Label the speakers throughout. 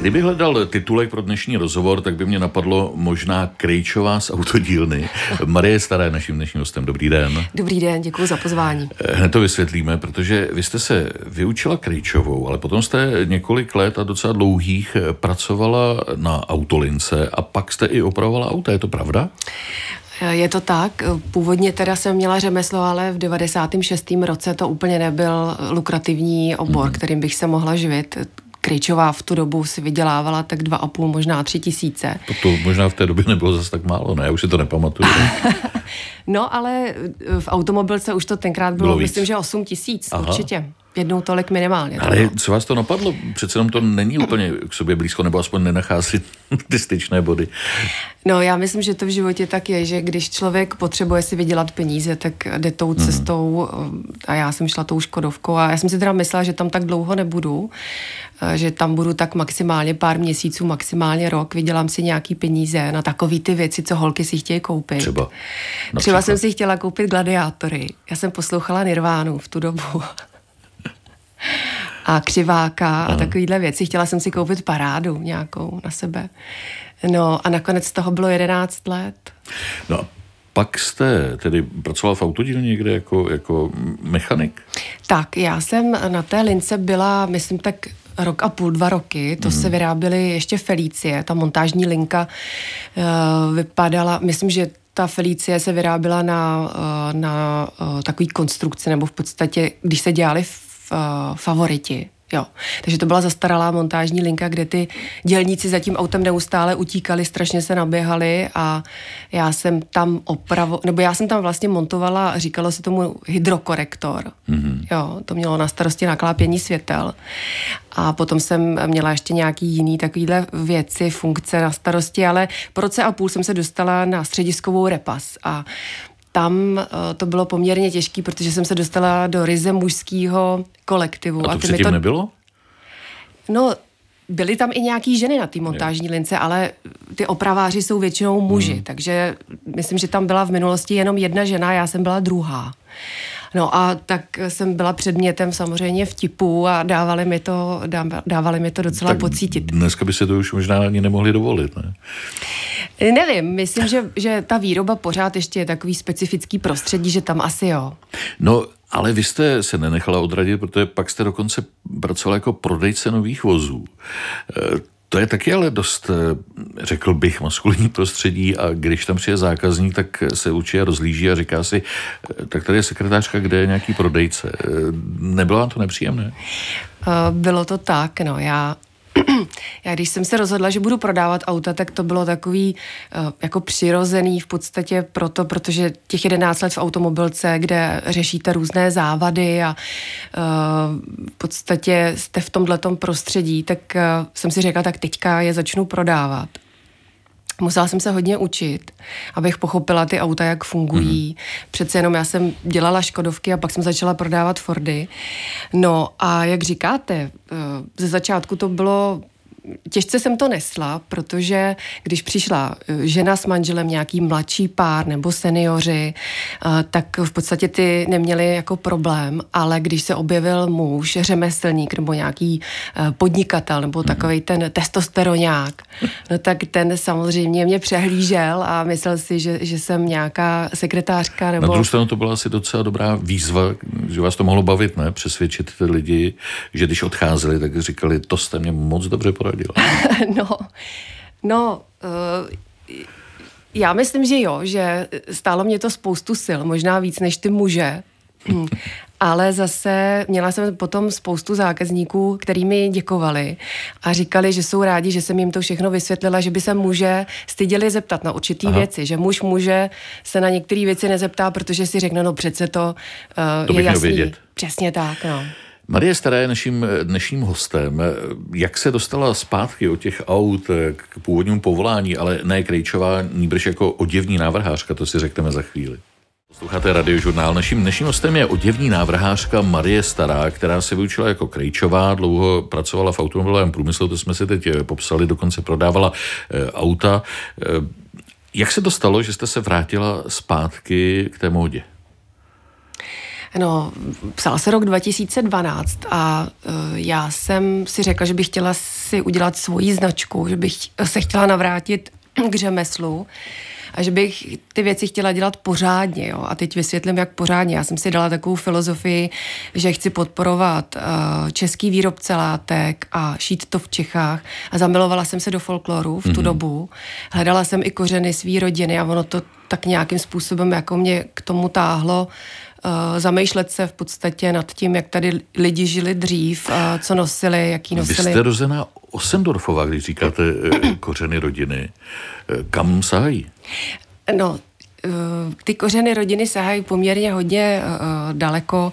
Speaker 1: Kdybych hledal titulek pro dnešní rozhovor, tak by mě napadlo možná Krejčová z autodílny. Marie Stará je naším dnešním hostem. Dobrý den.
Speaker 2: Dobrý den, děkuji za pozvání.
Speaker 1: Hned to vysvětlíme, protože vy jste se vyučila krejčovou, ale potom jste několik let a docela dlouhých pracovala na autolince a pak jste i opravovala auta, je to pravda?
Speaker 2: Je to tak. Původně teda jsem měla řemeslo, ale v 96. roce to úplně nebyl lukrativní obor, kterým bych se mohla živit. Krejčová v tu dobu si vydělávala tak 2,5, možná 3 tisíce.
Speaker 1: To možná v té době nebylo zase tak málo, ne? Já už si to nepamatuju.
Speaker 2: No, ale v automobilce už to tenkrát bylo myslím, že 8 tisíc, určitě. Jednou tolik minimálně.
Speaker 1: Ale co vás to napadlo? Přece jenom to není úplně k sobě blízko, nebo aspoň nenachází ty styčné body.
Speaker 2: No, já myslím, že to v životě tak je, že když člověk potřebuje si vydělat peníze, tak jde tou cestou a já jsem šla tou Škodovkou a já jsem si teda myslela, že tam tak dlouho nebudu, že tam budu tak maximálně pár měsíců, maximálně rok, vydělám si nějaký peníze na takový ty věci, co holky si chtějí koupit. Třeba jsem si chtěla koupit Gladiátory. Já jsem poslouchala Nirvánu v tu dobu. A Křiváka a takovýhle věci. Chtěla jsem si koupit parádu nějakou na sebe. No a nakonec toho bylo 11 let.
Speaker 1: No a pak jste tedy pracovala v autodílně někde jako mechanik?
Speaker 2: Tak, já jsem na té lince byla, myslím tak 1,5 roku, 2 roky. To se vyráběly ještě Felicie. Ta montážní linka vypadala, myslím, že ta Felicie se vyráběla na takový konstrukci, nebo v podstatě, když se dělali Favoriti. Jo. Takže to byla zastaralá montážní linka, kde ty dělníci za tím autem neustále utíkali, strašně se naběhali a já jsem tam vlastně montovala, říkalo se tomu hydrokorektor. Jo, to mělo na starosti naklápění světel. A potom jsem měla ještě nějaký jiný takovýhle věci, funkce na starosti, ale po roce a půl jsem se dostala na střediskovou repas a tam to bylo poměrně těžké, protože jsem se dostala do ryze mužského kolektivu.
Speaker 1: A to předtím nebylo?
Speaker 2: No, byly tam i nějaký ženy na té montážní lince, ale ty opraváři jsou většinou muži, takže myslím, že tam byla v minulosti jenom jedna žena, já jsem byla druhá. No a tak jsem byla předmětem samozřejmě vtipu a dávali mi to docela tak pocítit.
Speaker 1: Dneska by se to už možná ani nemohli dovolit, ne?
Speaker 2: Nevím, myslím, že ta výroba pořád ještě je takový specifický prostředí, že tam asi jo.
Speaker 1: No, ale vy jste se nenechala odradit, protože pak jste dokonce pracovala jako prodejce nových vozů. To je taky ale dost, řekl bych, maskulinní prostředí a když tam přijde zákazník, tak se určitě rozlíží a říká si, tak tady je sekretářka, kde je nějaký prodejce. Nebylo vám to nepříjemné?
Speaker 2: Bylo to tak, no. Já když jsem se rozhodla, že budu prodávat auta, tak to bylo takový jako přirozený v podstatě protože těch 11 let v automobilce, kde řešíte různé závady a v podstatě jste v tomhletom prostředí, tak jsem si řekla, tak teďka je začnu prodávat. Musela jsem se hodně učit, abych pochopila ty auta, jak fungují. Přece jenom já jsem dělala Škodovky a pak jsem začala prodávat Fordy. No a jak říkáte, ze začátku to bylo těžce jsem to nesla, protože když přišla žena s manželem, nějaký mladší pár nebo seniori, tak v podstatě ty neměli jako problém, ale když se objevil muž, řemeslník nebo nějaký podnikatel nebo takovej ten testosteronák, no tak ten samozřejmě mě přehlížel a myslel si, že jsem nějaká sekretářka nebo...
Speaker 1: Na druhou stranu to byla asi docela dobrá výzva, že vás to mohlo bavit, ne? Přesvědčit ty lidi, že když odcházeli, tak říkali, to jste mě moc dobře poradila.
Speaker 2: Já myslím, že jo, že stálo mě to spoustu sil, možná víc než ty muže, ale zase měla jsem potom spoustu zákazníků, který mi děkovali a říkali, že jsou rádi, že jsem jim to všechno vysvětlila, že by se muže styděli zeptat na určitý věci, že muž muže se na některé věci nezeptá, protože si řekne, no přece to je jasný.
Speaker 1: Vědět.
Speaker 2: Přesně tak, no.
Speaker 1: Marie Stará je naším dnešním hostem. Jak se dostala zpátky od těch aut k původnímu povolání, ale ne Krejčová, nýbrž jako oděvní návrhářka, to si řekneme za chvíli. Posloucháte Radiožurnál. Naším dnešním hostem je oděvní návrhářka Marie Stará, která se vyučila jako Krejčová, dlouho pracovala v automobilovém průmyslu, to jsme si teď popsali, dokonce prodávala auta. Jak se to stalo, že jste se vrátila zpátky k té módě?
Speaker 2: No, psal se rok 2012 a já jsem si řekla, že bych chtěla si udělat svoji značku, že bych se chtěla navrátit k řemeslu a že bych ty věci chtěla dělat pořádně. Jo? A teď vysvětlím, jak pořádně. Já jsem si dala takovou filozofii, že chci podporovat český výrobce látek a šít to v Čechách. A zamilovala jsem se do folkloru v tu dobu. Hledala jsem i kořeny své rodiny a ono to tak nějakým způsobem jako mě k tomu táhlo zamýšlet se v podstatě nad tím, jak tady lidi žili dřív, co nosili, jaký nosili.
Speaker 1: Vy jste rozená Ossendorfová, když říkáte kořeny rodiny. Kam sahají?
Speaker 2: No, ty kořeny rodiny sahají poměrně hodně daleko.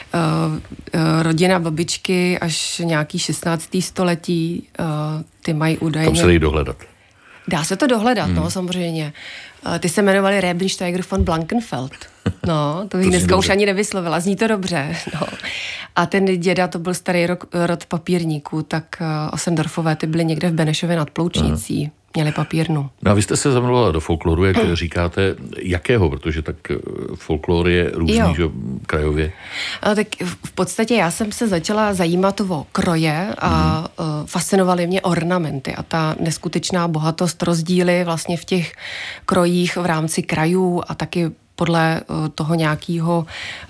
Speaker 2: Rodina babičky až nějaký 16. století, ty mají údajně...
Speaker 1: Tam se dají dohledat.
Speaker 2: Dá se to dohledat, no, samozřejmě. Ty se jmenovali Rebensteiger von Blankenfeld. No, to bych dneska už ani nevyslovila, zní to dobře. No. A ten děda, to byl starý rod papírníků, tak Ossendorfové, ty byly někde v Benešově nad Ploučnicí. Měli papírnu.
Speaker 1: No a vy jste se zamilovala do folkloru, jak říkáte, jakého, protože tak folklor je různý, že, krajově.
Speaker 2: Tak v podstatě já jsem se začala zajímat o kroje a fascinovaly mě ornamenty a ta neskutečná bohatost, rozdíly vlastně v těch krojích v rámci krajů a taky podle toho nějakého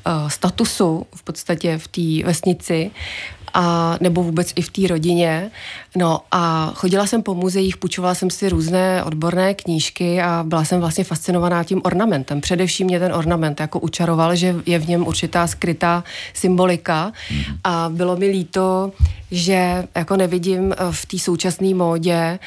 Speaker 2: statusu v podstatě v té vesnici a nebo vůbec i v té rodině. No a chodila jsem po muzeích, půjčovala jsem si různé odborné knížky a byla jsem vlastně fascinovaná tím ornamentem. Především mě ten ornament jako učaroval, že je v něm určitá skrytá symbolika a bylo mi líto, že jako nevidím v té současné módě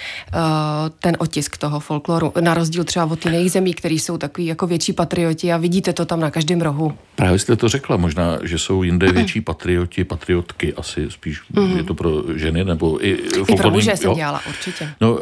Speaker 2: ten otisk toho folkloru. Na rozdíl třeba od jiných zemí, který jsou takový jako větší patrioti a vidíte to tam na každém rohu.
Speaker 1: Právě jste to řekla, možná, že jsou jinde větší patrioti, patriotky asi spíš. Je to pro ženy nebo i
Speaker 2: pro muže jsem dělala, určitě.
Speaker 1: No,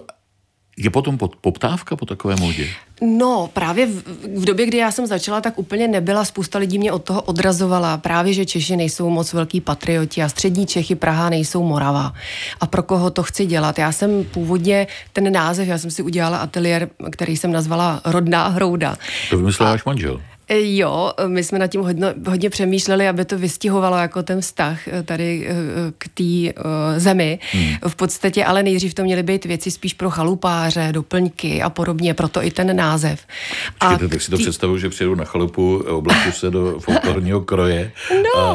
Speaker 1: je potom poptávka po takové módě?
Speaker 2: No, právě v době, kdy já jsem začala, tak úplně nebyla. Spousta lidí mě od toho odrazovala. Právě, že Češi nejsou moc velký patrioti a střední Čechy, Praha nejsou Morava. A pro koho to chci dělat? Já jsem původně ten název, já jsem si udělala ateliér, který jsem nazvala Rodná hrouda.
Speaker 1: To vymyslel váš manžel?
Speaker 2: Jo, my jsme nad tím hodně přemýšleli, aby to vystihovalo jako ten vztah tady k té zemi. V podstatě, ale nejdřív to měly být věci spíš pro chalupáře, doplňky a podobně, proto i ten název.
Speaker 1: Počkejte, tak si to představuji, že přijedu na chalupu, obleku se do folklorního kroje a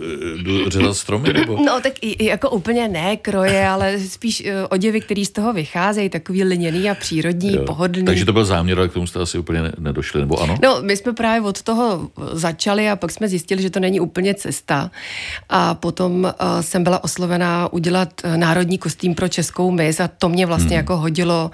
Speaker 1: jdu řezat stromy, nebo?
Speaker 2: No, tak i jako úplně ne kroje, ale spíš oděvy, které z toho vycházejí, takový liněný a přírodní, pohodlný.
Speaker 1: Takže to byl záměr, ale k tomu jste asi úplně nedošli, nebo ano?
Speaker 2: No, my jsme právě od toho začali a pak jsme zjistili, že to není úplně cesta. A potom jsem byla oslovená udělat národní kostým pro českou mis a to mě vlastně jako hodilo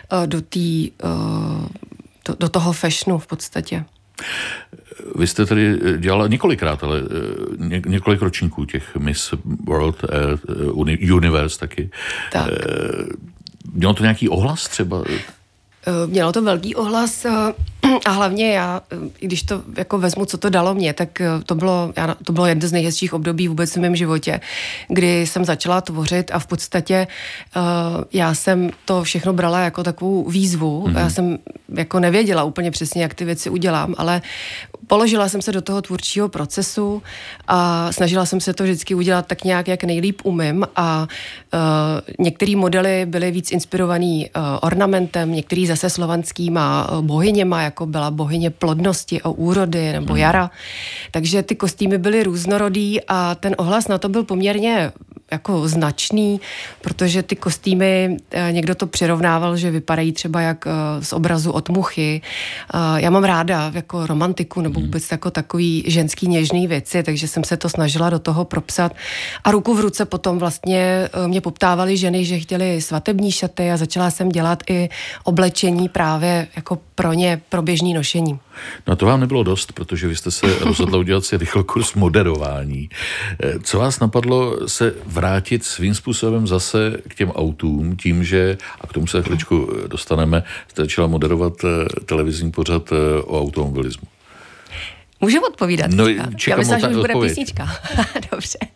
Speaker 2: do toho fashionu v podstatě.
Speaker 1: Vy jste tady dělala několikrát, ale několik ročníků těch Miss World Universe taky.
Speaker 2: Tak.
Speaker 1: Mělo to nějaký ohlas třeba?
Speaker 2: Mělo to velký ohlas a hlavně já, když to jako vezmu, co to dalo mě, tak to bylo jedno z nejhezčích období vůbec v mém životě, kdy jsem začala tvořit a v podstatě já jsem to všechno brala jako takovou výzvu. Já jsem jako nevěděla úplně přesně, jak ty věci udělám, ale položila jsem se do toho tvůrčího procesu a snažila jsem se to vždycky udělat tak nějak, jak nejlíp umím a některé modely byly víc inspirovaný ornamentem, některý zase slovanskýma bohyněma, jako byla bohyně plodnosti a úrody nebo jara. Takže ty kostýmy byly různorodý a ten ohlas na to byl poměrně jako značný, protože ty kostýmy, někdo to přirovnával, že vypadají třeba jak z obrazu od muchy. Já mám ráda jako romantiku nebo vůbec jako takový ženský něžný věci, takže jsem se to snažila do toho propsat. A ruku v ruce potom vlastně mě poptávaly ženy, že chtěly svatební šaty a začala jsem dělat i oblečení právě jako pro ně, pro běžný nošení.
Speaker 1: No to vám nebylo dost, protože vy jste se rozhodla udělat si rychlokurs moderování. Co vás napadlo se vrátit svým způsobem zase k těm autům, tím, že, a k tomu se chviličku dostaneme, jste začala moderovat televizní pořad o automobilismu.
Speaker 2: Můžu odpovídat?
Speaker 1: No,
Speaker 2: já myslím, že už bude písnička. Dobře.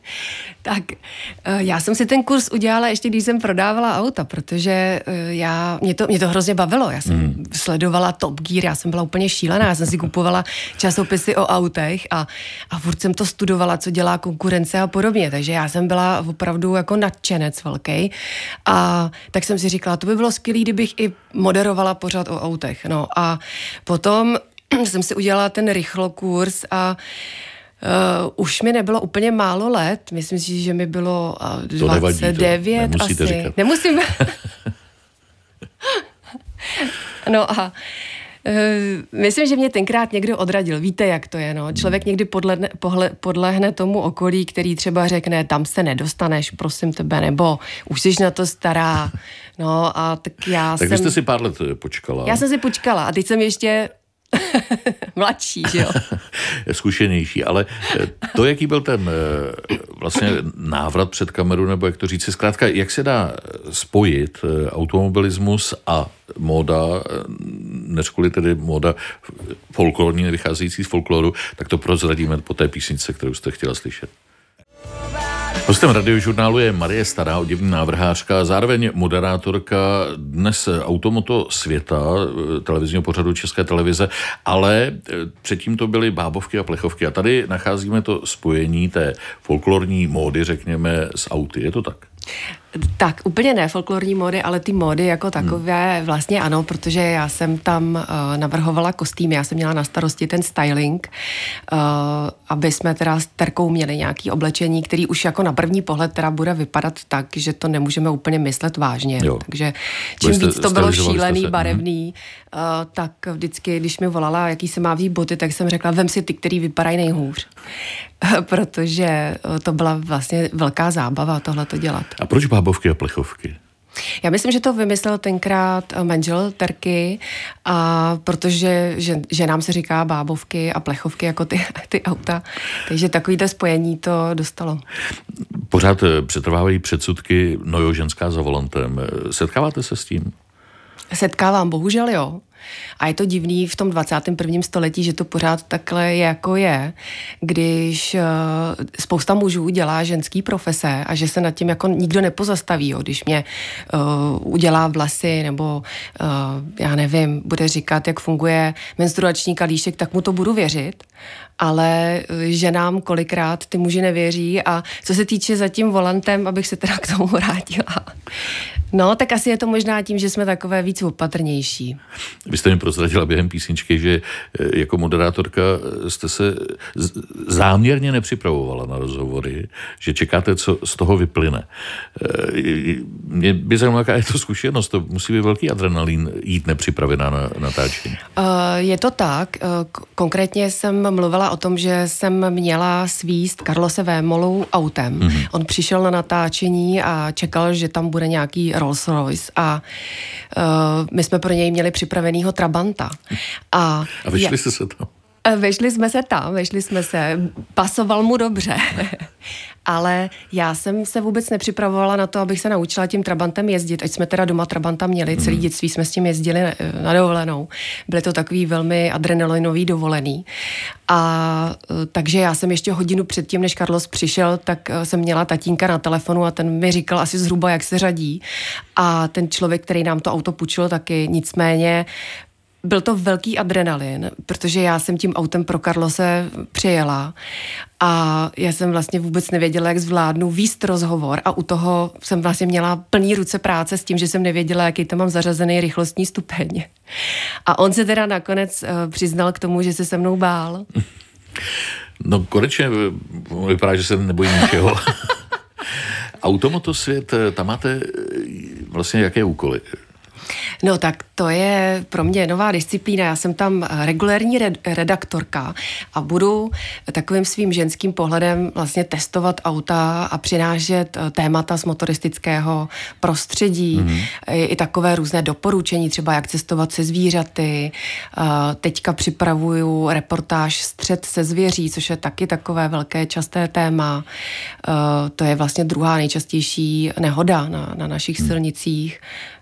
Speaker 2: Tak já jsem si ten kurz udělala ještě, když jsem prodávala auta, protože mě to hrozně bavilo. Já jsem sledovala Top Gear, já jsem byla úplně šílená, já jsem si kupovala časopisy o autech a furt jsem to studovala, co dělá konkurence a podobně, takže já jsem byla opravdu jako nadšenec velký. A tak jsem si říkala, to by bylo skvělé, kdybych i moderovala pořád o autech. No a potom jsem si udělala ten rychlokurs a už mi nebylo úplně málo let, myslím si, že mi bylo 29
Speaker 1: to
Speaker 2: asi.
Speaker 1: Říkat.
Speaker 2: Nemusím. No a myslím, že mě tenkrát někdo odradil. Víte, jak to je, no? Člověk někdy podlehne tomu okolí, který třeba řekne, tam se nedostaneš, prosím tebe, nebo už jsi na to stará. No a tak
Speaker 1: Tak vy jste si pár let počkala.
Speaker 2: Já jsem si počkala a teď jsem ještě mladší, že jo?
Speaker 1: Zkušenější, ale to, jaký byl ten vlastně návrat před kameru, nebo jak to říci, zkrátka, jak se dá spojit automobilismus a móda, neřkuli tedy móda folklorní, vycházející z folkloru, tak to prozradíme po té písničce, kterou jste chtěla slyšet. Hostem radiožurnálu je Marie Stará, oděvní návrhářka, zároveň moderátorka dnes Automoto světa, televizního pořadu České televize, ale předtím to byly bábovky a plechovky. A tady nacházíme to spojení té folklorní módy, řekněme, s auty. Je to tak?
Speaker 2: Tak, úplně ne folklorní módy, ale ty módy jako takové vlastně ano, protože já jsem tam navrhovala kostýmy, já jsem měla na starosti ten styling, aby jsme teda s Terkou měli nějaký oblečení, který už jako na první pohled teda bude vypadat tak, že to nemůžeme úplně myslet vážně.
Speaker 1: Jo.
Speaker 2: Takže čím víc to bylo šílený, barevný, tak vždycky, když mi volala, jaký se má vzít boty, tak jsem řekla, vem si ty, který vypadají nejhůř. Protože to byla vlastně velká zábava tohle to dělat.
Speaker 1: A proč bábovky a plechovky?
Speaker 2: Já myslím, že to vymyslel tenkrát manžel Terky, a protože ženám se říká bábovky a plechovky jako ty auta, takže takovýto spojení to dostalo.
Speaker 1: Pořád přetrvávají předsudky, no jo, ženská za volantem. Setkáváte se s tím?
Speaker 2: Setkávám, bohužel jo. A je to divný v tom 21. století, že to pořád takhle je, jako je, když spousta mužů dělá ženský profese a že se nad tím jako nikdo nepozastaví. Jo. Když mě udělá vlasy nebo já nevím, bude říkat, jak funguje menstruační kalíšek, tak mu to budu věřit. Ale ženám kolikrát ty muži nevěří a co se týče za tím volantem, abych se teda k tomu vrátila. No, tak asi je to možná tím, že jsme takové víc opatrnější.
Speaker 1: Vy jste mi prozradila během písničky, že jako moderátorka jste se záměrně nepřipravovala na rozhovory, že čekáte, co z toho vyplyne. Mě by zajímalo, jaká je to zkušenost. To musí být velký adrenalin jít nepřipravená na natáčení.
Speaker 2: Je to tak. Konkrétně jsem mluvila o tom, že jsem měla svízt Carlose Vémolu autem. On přišel na natáčení a čekal, že tam bude nějaký Rolls Royce a my jsme pro něj měli připravenýho Trabanta. A
Speaker 1: vyšli jste se tam?
Speaker 2: Vešli jsme se, pasoval mu dobře. Ale já jsem se vůbec nepřipravovala na to, abych se naučila tím Trabantem jezdit, ať jsme teda doma Trabanta měli, celý dětství jsme s tím jezdili na dovolenou. Byly to takový velmi adrenalinový dovolený. A takže já jsem ještě hodinu předtím, než Carlos přišel, tak jsem měla tatínka na telefonu a ten mi říkal asi zhruba, jak se řadí. A ten člověk, který nám to auto půjčil, taky nicméně byl to velký adrenalin, protože já jsem tím autem pro Carlose přijela a já jsem vlastně vůbec nevěděla, jak zvládnu vést rozhovor a u toho jsem vlastně měla plný ruce práce s tím, že jsem nevěděla, jaký tam mám zařazený rychlostní stupeň. A on se teda nakonec přiznal k tomu, že se se mnou bál.
Speaker 1: No konečně vypadá, že se nebojí ničeho. Automoto svět, tam máte vlastně jaké úkoly?
Speaker 2: No tak to je pro mě nová disciplína. Já jsem tam regulérní redaktorka a budu takovým svým ženským pohledem vlastně testovat auta a přinášet témata z motoristického prostředí. I takové různé doporučení, třeba jak cestovat se zvířaty. Teďka připravuju reportáž Střet se zvěří, což je taky takové velké časté téma. To je vlastně druhá nejčastější nehoda na našich silnicích.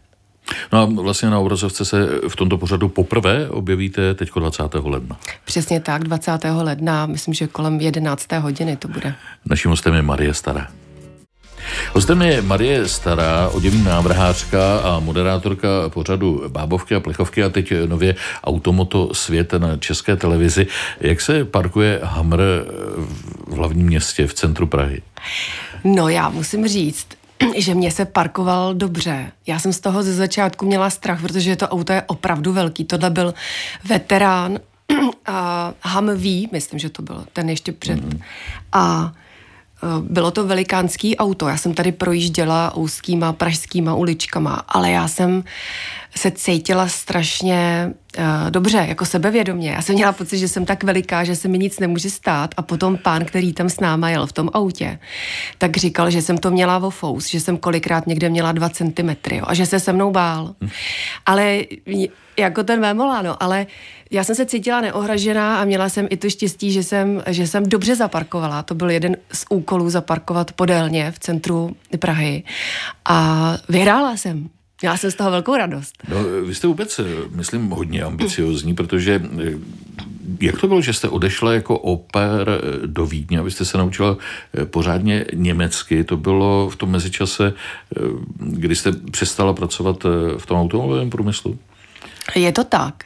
Speaker 1: No a vlastně na obrazovce se v tomto pořadu poprvé objevíte teďko 20. ledna.
Speaker 2: Přesně tak, 20. ledna, myslím, že kolem 11. hodiny to bude.
Speaker 1: Naším hostem je Marie Stará. Hostem je Marie Stará, oděvní návrhářka a moderátorka pořadu Bábovky a plechovky a teď nově Automoto svět na České televizi. Jak se parkuje Hummer v hlavním městě, v centru Prahy?
Speaker 2: No já musím říct, že mě se parkoval dobře. Já jsem z toho ze začátku měla strach, protože to auto je opravdu velký. Tohle byl veterán a Humvee, myslím, že to byl ten ještě před. A bylo to velikánský auto. Já jsem tady projížděla úzkýma pražskýma uličkama, ale já jsem se cítila strašně dobře, jako sebevědomě. Já jsem měla pocit, že jsem tak veliká, že se mi nic nemůže stát a potom pán, který tam s náma jel v tom autě, tak říkal, že jsem to měla ofous, že jsem kolikrát někde měla 2 centimetry a že se mnou bál. Ale jako ten vémola, no, ale já jsem se cítila neohražená a měla jsem i to štěstí, že jsem dobře zaparkovala. To byl jeden z úkolů zaparkovat podélně v centru Prahy a vyhrála jsem. Měla jsem z toho velkou radost.
Speaker 1: No, vy jste vůbec, myslím, hodně ambiciozní, protože jak to bylo, že jste odešla jako oper do Vídně, abyste se naučila pořádně německy? To bylo v tom mezičase, kdy jste přestala pracovat v tom automobilovém průmyslu?
Speaker 2: Je to tak.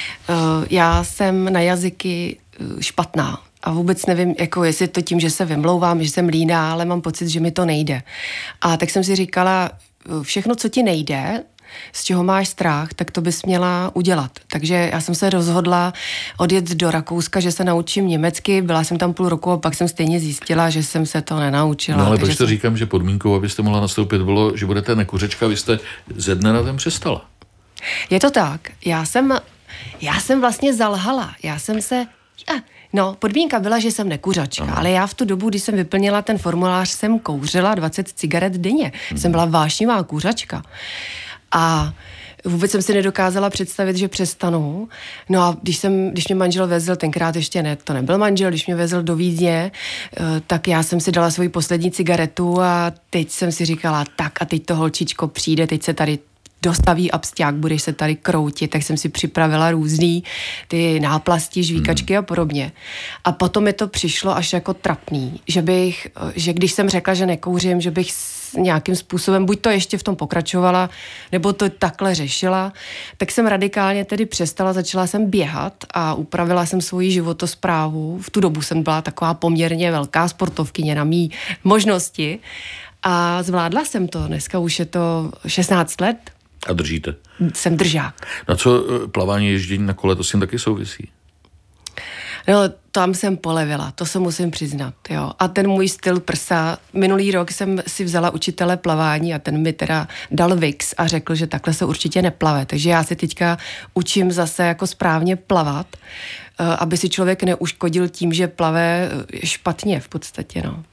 Speaker 2: Já jsem na jazyky špatná. A vůbec nevím, jako jestli to tím, že se vymlouvám, že jsem líná, ale mám pocit, že mi to nejde. A tak jsem si říkala, všechno, co ti nejde, z čeho máš strach, tak to bys měla udělat. Takže já jsem se rozhodla odjet do Rakouska, že se naučím německy, byla jsem tam 0,5 roku a pak jsem stejně zjistila, že jsem se to nenaučila.
Speaker 1: No ale proč to říkám, že podmínkou, abyste mohla nastoupit, bylo, že budete nekuřečka, vy jste ze dne na den přestala.
Speaker 2: Je to tak. Já jsem vlastně zalhala. Podmínka byla, že jsem nekuřačka, ale já v tu dobu, kdy jsem vyplnila ten formulář, jsem kouřila 20 cigaret denně. Jsem byla vášnivá kouřačka. A vůbec jsem si nedokázala představit, že přestanu. No a když mě manžel vezl, tenkrát ještě ne, to nebyl manžel, když mě vezl do Vídně, tak já jsem si dala svoji poslední cigaretu a teď jsem si říkala, tak a teď to holčičko přijde, teď se tady dostaví absťák, budeš se tady kroutit, tak jsem si připravila různý ty náplasti, žvíkačky a podobně. A potom mi to přišlo až jako trapný, že když jsem řekla, že nekouřím, že bych nějakým způsobem buď to ještě v tom pokračovala, nebo to takhle řešila, tak jsem radikálně tedy přestala, začala jsem běhat a upravila jsem svoji životosprávu. V tu dobu jsem byla taková poměrně velká sportovkyně na mý možnosti a zvládla jsem to. Dneska už je to 16 let.
Speaker 1: A držíte?
Speaker 2: Jsem držák.
Speaker 1: Na co plavání, ježdění na kole, to s tím taky souvisí?
Speaker 2: No, tam jsem polevila, to se musím přiznat, jo. A ten můj styl prsa, minulý rok jsem si vzala učitele plavání a ten mi teda dal VIX a řekl, že takhle se určitě neplave. Takže já si teďka učím zase jako správně plavat, aby si člověk neuškodil tím, že plave špatně v podstatě, no.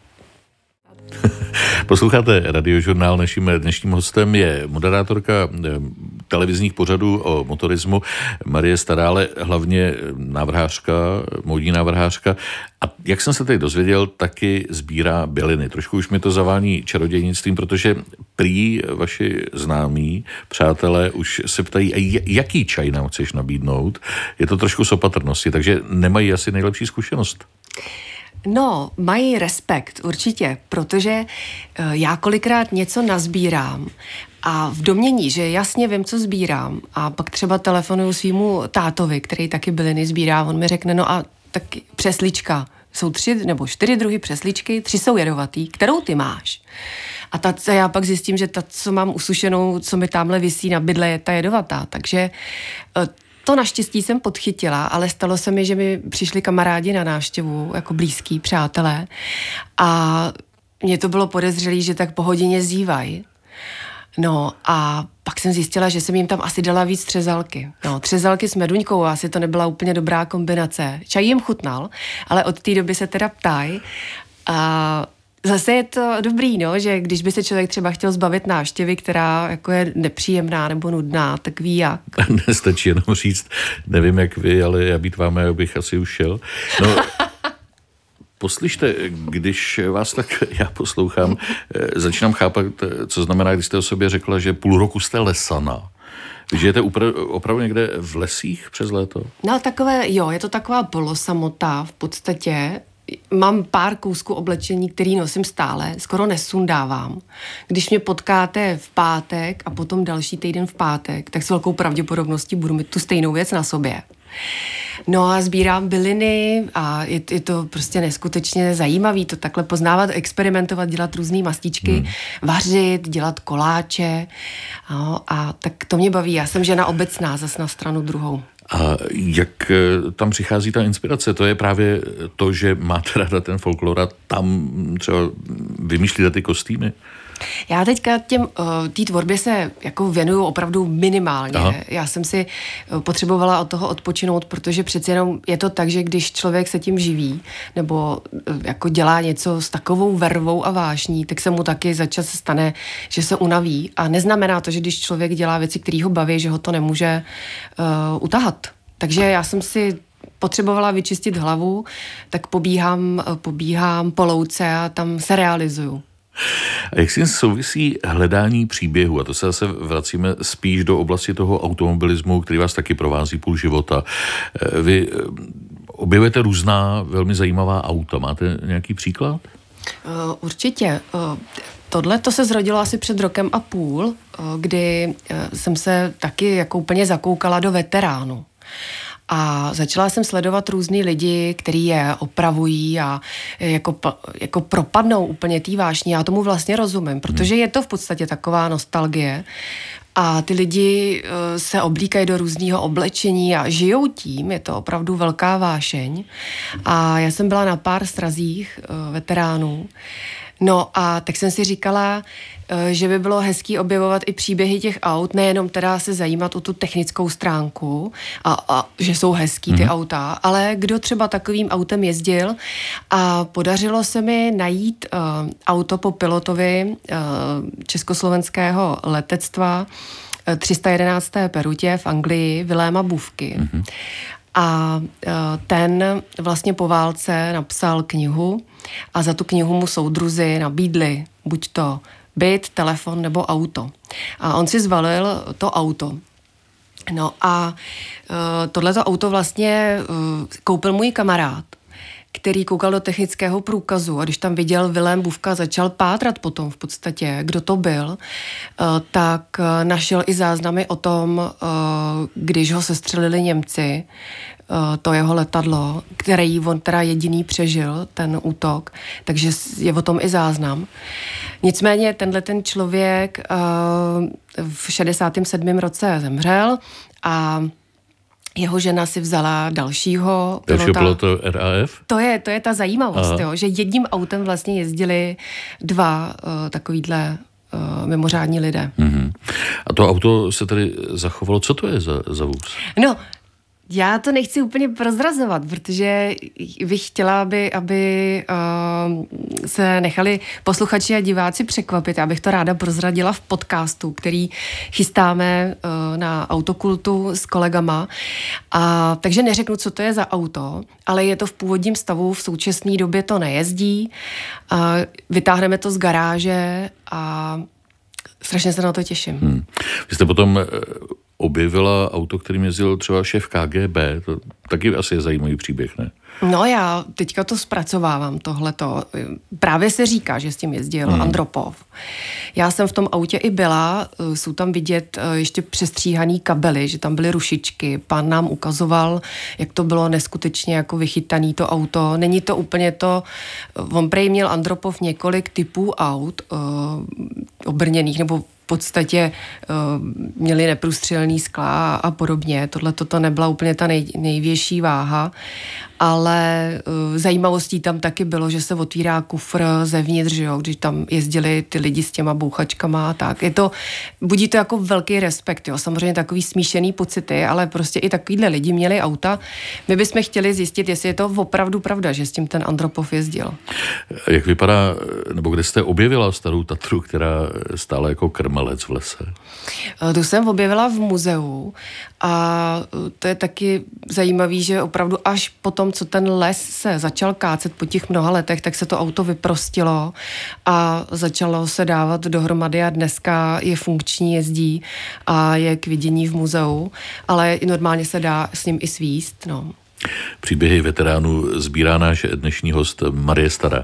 Speaker 1: Posloucháte Radiožurnál, naším dnešním hostem je moderátorka televizních pořadů o motorismu Marie Stará, ale hlavně návrhářka, módní návrhářka. A jak jsem se teď dozvěděl, taky sbírá byliny. Trošku už mi to zavání čarodějnictvím, protože prý vaši známí, přátelé už se ptají, jaký čaj nám chceš nabídnout. Je to trošku z opatrnosti, takže nemají asi nejlepší zkušenost.
Speaker 2: No, mají respekt, určitě, protože já kolikrát něco nazbírám a v domění, že jasně vím, co sbírám a pak třeba telefonuju svýmu tátovi, který taky byliny sbírá, on mi řekne, no a tak přeslička, jsou 3 nebo 4 druhy přesličky, 3 jsou jedovatý, kterou ty máš? A já pak zjistím, že ta, co mám usušenou, co mi tamhle visí na bydle, je ta jedovatá, takže to naštěstí jsem podchytila, ale stalo se mi, že mi přišli kamarádi na návštěvu, jako blízký přátelé a mně to bylo podezřelý, že tak po hodině zívají. No a pak jsem zjistila, že jsem jim tam asi dala víc třezalky. No, třezalky s meduňkou, asi to nebyla úplně dobrá kombinace. Čaj jim chutnal, ale od té doby se teda ptají a zase je to dobrý, no, že když by se člověk třeba chtěl zbavit návštěvy, která jako je nepříjemná nebo nudná, tak ví jak.
Speaker 1: Nestačí jenom říct, nevím jak vy, ale já být vámi, já bych asi už šel. No, poslyšte, když vás tak já poslouchám, začínám chápat, co znamená, když jste o sobě řekla, že 0,5 roku jste lesana. Žijete opravdu někde v lesích přes léto?
Speaker 2: No je to taková polosamota v podstatě. Mám pár kousků oblečení, který nosím stále, skoro nesundávám. Když mě potkáte v pátek a potom další týden v pátek, tak s velkou pravděpodobností budu mít tu stejnou věc na sobě. No a sbírám byliny a je to prostě neskutečně zajímavý to takhle poznávat, experimentovat, dělat různý mastičky, vařit, dělat koláče. No, a tak to mě baví. Já jsem žena obecná, zas na stranu druhou.
Speaker 1: A jak tam přichází ta inspirace? To je právě to, že máte ráda ten folklor a tam třeba vymýšlíte ty kostýmy?
Speaker 2: Já teďka té tvorbě se jako věnuju opravdu minimálně. Aha. Já jsem si potřebovala od toho odpočinout, protože přeci jenom je to tak, že když člověk se tím živí nebo jako dělá něco s takovou vervou a vášní, tak se mu taky za čas stane, že se unaví. A neznamená to, že když člověk dělá věci, které ho baví, že ho to nemůže utahat. Takže já jsem si potřebovala vyčistit hlavu, tak pobíhám po louce a tam se realizuju.
Speaker 1: A jak s tím souvisí hledání příběhu? A to se zase vracíme spíš do oblasti toho automobilismu, který vás taky provází půl života. Vy objevujete různá velmi zajímavá auta. Máte nějaký příklad?
Speaker 2: Určitě. Tohle to se zrodilo asi před rokem a půl, kdy jsem se taky jako úplně zakoukala do veteránu. A začala jsem sledovat různý lidi, kteří je opravují a jako propadnou úplně tý vášní. Já tomu vlastně rozumím, protože je to v podstatě taková nostalgie. A ty lidi se oblíkají do různého oblečení a žijou tím, je to opravdu velká vášeň. A já jsem byla na pár srazích veteránů. No a tak jsem si říkala, že by bylo hezký objevovat i příběhy těch aut, nejenom teda se zajímat o tu technickou stránku a že jsou hezký ty auta, ale kdo třeba takovým autem jezdil a podařilo se mi najít auto po pilotovi československého letectva 311. Perutě v Anglii, Viléma Bufky. A ten vlastně po válce napsal knihu a za tu knihu mu soudruzi nabídli buď to byt, telefon nebo auto. A on si zvalil to auto. No a tohleto auto vlastně koupil můj kamarád, který koukal do technického průkazu a když tam viděl Vilém Bufka, začal pátrat potom v podstatě, kdo to byl, tak našel i záznamy o tom, když ho sestřelili Němci, to jeho letadlo, který on teda jediný přežil, ten útok, takže je o tom i záznam. Nicméně ten člověk v 67. roce zemřel a jeho žena si vzala dalšího
Speaker 1: pilota RAF?
Speaker 2: To je ta zajímavost, jo, že jedním autem vlastně jezdili dva takovýhle mimořádní lidé.
Speaker 1: A to auto se tady zachovalo. Co to je za vůz?
Speaker 2: No, já to nechci úplně prozrazovat, protože bych chtěla, aby se nechali posluchači a diváci překvapit. Já bych to ráda prozradila v podcastu, který chystáme na Autokultu s kolegama. Takže neřeknu, co to je za auto, ale je to v původním stavu, v současné době to nejezdí. Vytáhneme to z garáže a strašně se na to těším.
Speaker 1: Vy jste potom objevila auto, kterým jezdil třeba šéf KGB. To taky asi je zajímavý příběh, ne?
Speaker 2: No já teďka to zpracovávám, tohleto. Právě se říká, že s tím jezdil Andropov. Já jsem v tom autě i byla, jsou tam vidět ještě přestříhaný kabely, že tam byly rušičky. Pán nám ukazoval, jak to bylo neskutečně jako vychytaný to auto. Není to úplně to, on prej měl Andropov několik typů aut obrněných, nebo v podstatě měli neprůstřelný skla a podobně. Tohle to nebyla úplně ta největší váha, ale zajímavostí tam taky bylo, že se otvírá kufr zevnitř, jo, když tam jezdili ty lidi s těma bouchačkama a tak. Budí to jako velký respekt, jo. Samozřejmě takový smíšený pocity, ale prostě i takovýhle lidi měli auta. My bychom chtěli zjistit, jestli je to opravdu pravda, že s tím ten Andropov jezdil.
Speaker 1: Jak vypadá, nebo kde jste objevila starou Tatru, která stála jako krmelec v lese?
Speaker 2: Tu jsem objevila v muzeu a to je taky zajímavý, že opravdu až potom potom, co ten les se začal kácet po těch mnoha letech, tak se to auto vyprostilo a začalo se dávat dohromady a dneska je funkční, jezdí a je k vidění v muzeu, ale normálně se dá s ním i svízt. No.
Speaker 1: Příběhy veteránů sbírá náš dnešní host Marie Stará.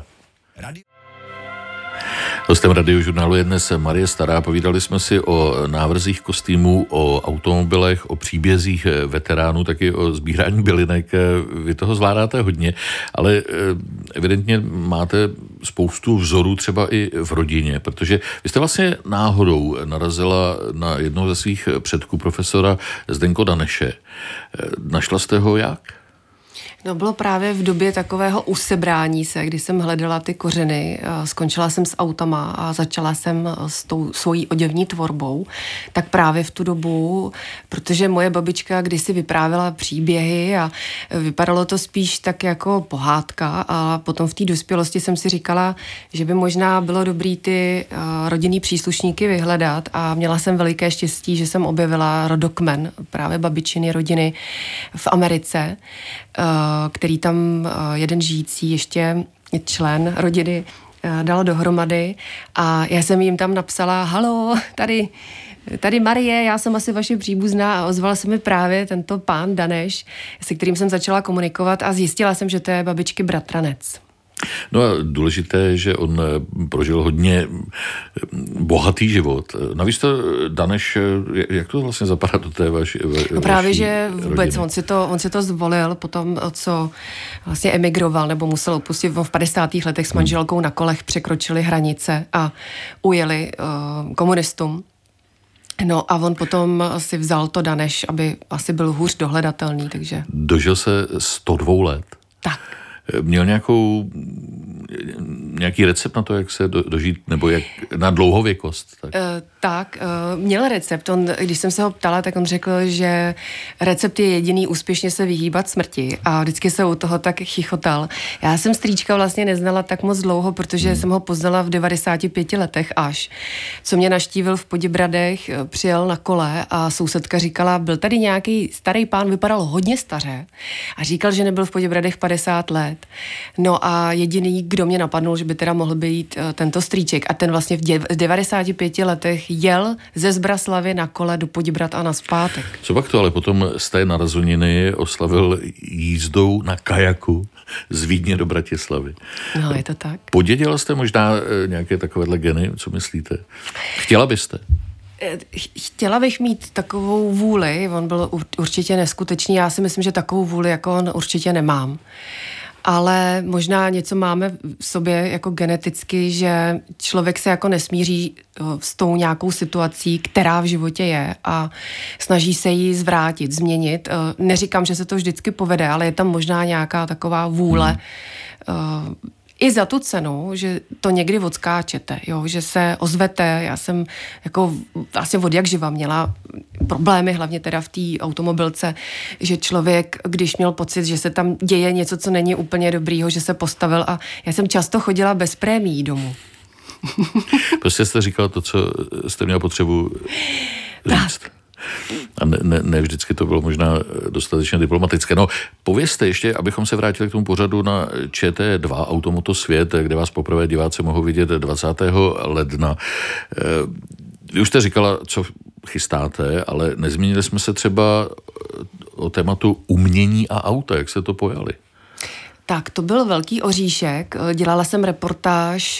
Speaker 1: Hostem Radiožurnálu je dnes Marie Stará. Povídali jsme si o návrzích kostýmů, o automobilech, o příbězích veteránů, taky o sbírání bylinek. Vy toho zvládáte hodně, ale evidentně máte spoustu vzorů třeba i v rodině, protože vy jste vlastně náhodou narazila na jednoho ze svých předků, profesora Zdenka Daneše. Našla jste ho jak?
Speaker 2: No, bylo právě v době takového usebrání se, kdy jsem hledala ty kořeny, skončila jsem s autama a začala jsem s tou svojí oděvní tvorbou, tak právě v tu dobu, protože moje babička kdysi vyprávěla příběhy a vypadalo to spíš tak jako pohádka a potom v té dospělosti jsem si říkala, že by možná bylo dobrý ty rodinný příslušníky vyhledat a měla jsem veliké štěstí, že jsem objevila rodokmen právě babičiny rodiny v Americe, který tam jeden žijící ještě člen rodiny dal dohromady a já jsem jim tam napsala: halo, tady Marie, já jsem asi vaše příbuzná, a ozval se mi právě tento pán Daneš, se kterým jsem začala komunikovat a zjistila jsem, že to je babičky bratranec.
Speaker 1: No a důležité je, že on prožil hodně bohatý život. Navíc to Daneš, jak to vlastně zapadá do té vaší
Speaker 2: No právě, že
Speaker 1: rodiny?
Speaker 2: vůbec on si to zvolil potom, co vlastně emigroval nebo musel opustit v 50. letech s manželkou na kolech, překročili hranice a ujeli komunistům. No a on potom si vzal to Daneš, aby asi byl hůř dohledatelný, takže...
Speaker 1: Dožil se 102 let.
Speaker 2: Tak.
Speaker 1: Měl nějaký recept na to, jak se dožít, nebo jak na dlouhověkost?
Speaker 2: Tak. Měl recept. Když jsem se ho ptala, tak on řekl, že recept je jediný: úspěšně se vyhýbat smrti, a vždycky se u toho tak chichotal. Já jsem strýčka vlastně neznala tak moc dlouho, protože jsem ho poznala v 95 letech až. Co mě navštívil v Poděbradech, přijel na kole a sousedka říkala, byl tady nějaký starý pán, vypadal hodně staře a říkal, že nebyl v Poděbradech 50 let. No a jediný, kdo mě napadnul, že by teda mohl být tento strýček, a ten vlastně v 95 letech jel ze Zbraslavy na kole do Poděbrad a nazpátek.
Speaker 1: Co pak to ale potom z té narozeniny oslavil jízdou na kajaku z Vídně do Bratislavy.
Speaker 2: No, je to tak.
Speaker 1: Podědila jste možná nějaké takovéhle geny, co myslíte? Chtěla byste?
Speaker 2: Chtěla bych mít takovou vůli, on byl určitě neskutečný, já si myslím, že takovou vůli jako on určitě nemám. Ale možná něco máme v sobě jako geneticky, že člověk se jako nesmíří s tou nějakou situací, která v životě je, a snaží se ji zvrátit, změnit. Neříkám, že se to vždycky povede, ale je tam možná nějaká taková vůle i za tu cenu, že to někdy odskáčete, jo, že se ozvete. Já jsem jako vlastně od jak živa měla problémy, hlavně teda v té automobilce, že člověk, když měl pocit, že se tam děje něco, co není úplně dobrýho, že se postavil, a já jsem často chodila bez prémií domů.
Speaker 1: Prostě jste říkala to, co jste měla potřebu říct.
Speaker 2: Tak.
Speaker 1: A ne vždycky to bylo možná dostatečně diplomatické. No, povězte ještě, abychom se vrátili k tomu pořadu na ČT2 Automoto Svět, kde vás poprvé diváci mohou vidět 20. ledna. Vy už jste říkala, co chystáte, ale nezmínili jsme se třeba o tématu umění a auta. Jak se to pojali?
Speaker 2: Tak, to byl velký oříšek. Dělala jsem reportáž,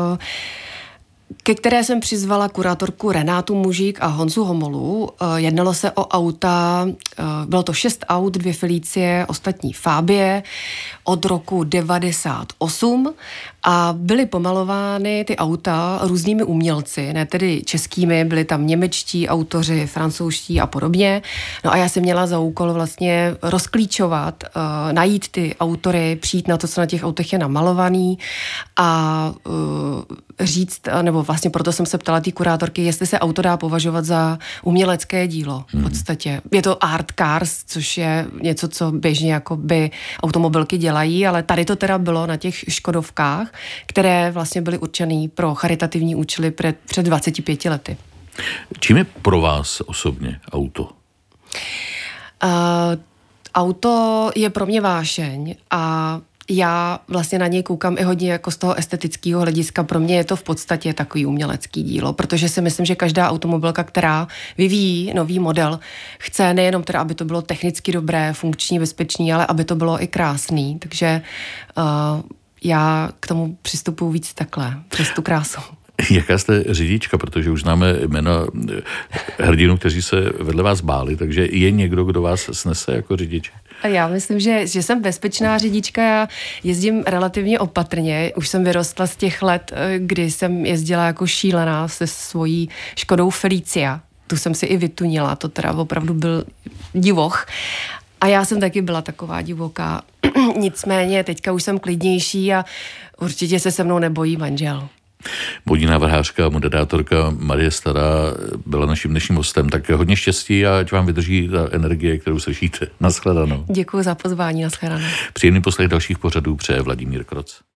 Speaker 2: ke které jsem přizvala kurátorku Renátu Mužík a Honzu Homolu. Jednalo se o auta, bylo to 6 aut, 2 Felicie, ostatní Fabie od roku 98 a byly pomalovány ty auta různými umělci, ne tedy českými, byli tam němečtí autoři, francouzští a podobně. No a já jsem měla za úkol vlastně rozklíčovat, najít ty autory, přijít na to, co na těch autech je namalovaný a říct, nebo vlastně proto jsem se ptala té kurátorky, jestli se auto dá považovat za umělecké dílo v podstatě. Je to art cars, což je něco, co běžně jako by automobilky dělají, ale tady to teda bylo na těch Škodovkách, které vlastně byly určený pro charitativní účely před 25 lety.
Speaker 1: Čím je pro vás osobně auto?
Speaker 2: Auto je pro mě vášeň a já vlastně na něj koukám i hodně jako z toho estetického hlediska. Pro mě je to v podstatě takový umělecký dílo, protože si myslím, že každá automobilka, která vyvíjí nový model, chce nejenom teda, aby to bylo technicky dobré, funkční, bezpečný, ale aby to bylo i krásný. Takže já k tomu přistupuji víc takhle, přes tu krásu.
Speaker 1: Jaká jste řidička, protože už známe jména hrdinů, kteří se vedle vás báli, takže je někdo, kdo vás snese jako řidič?
Speaker 2: Já myslím, že jsem bezpečná řidička, já jezdím relativně opatrně. Už jsem vyrostla z těch let, kdy jsem jezdila jako šílená se svojí Škodou Felicia. Tu jsem si i vytunila, to teda opravdu byl divoch. A já jsem taky byla taková divoká. Nicméně teďka už jsem klidnější a určitě se mnou nebojí manžel.
Speaker 1: Módní návrhářka a moderátorka Marie Stará byla naším dnešním hostem, tak hodně štěstí a ať vám vydrží ta energie, kterou slyšíte. Nashledanou.
Speaker 2: Děkuji za pozvání, nashledanou.
Speaker 1: Příjemný poslech dalších pořadů přeje Vladimír Kroc.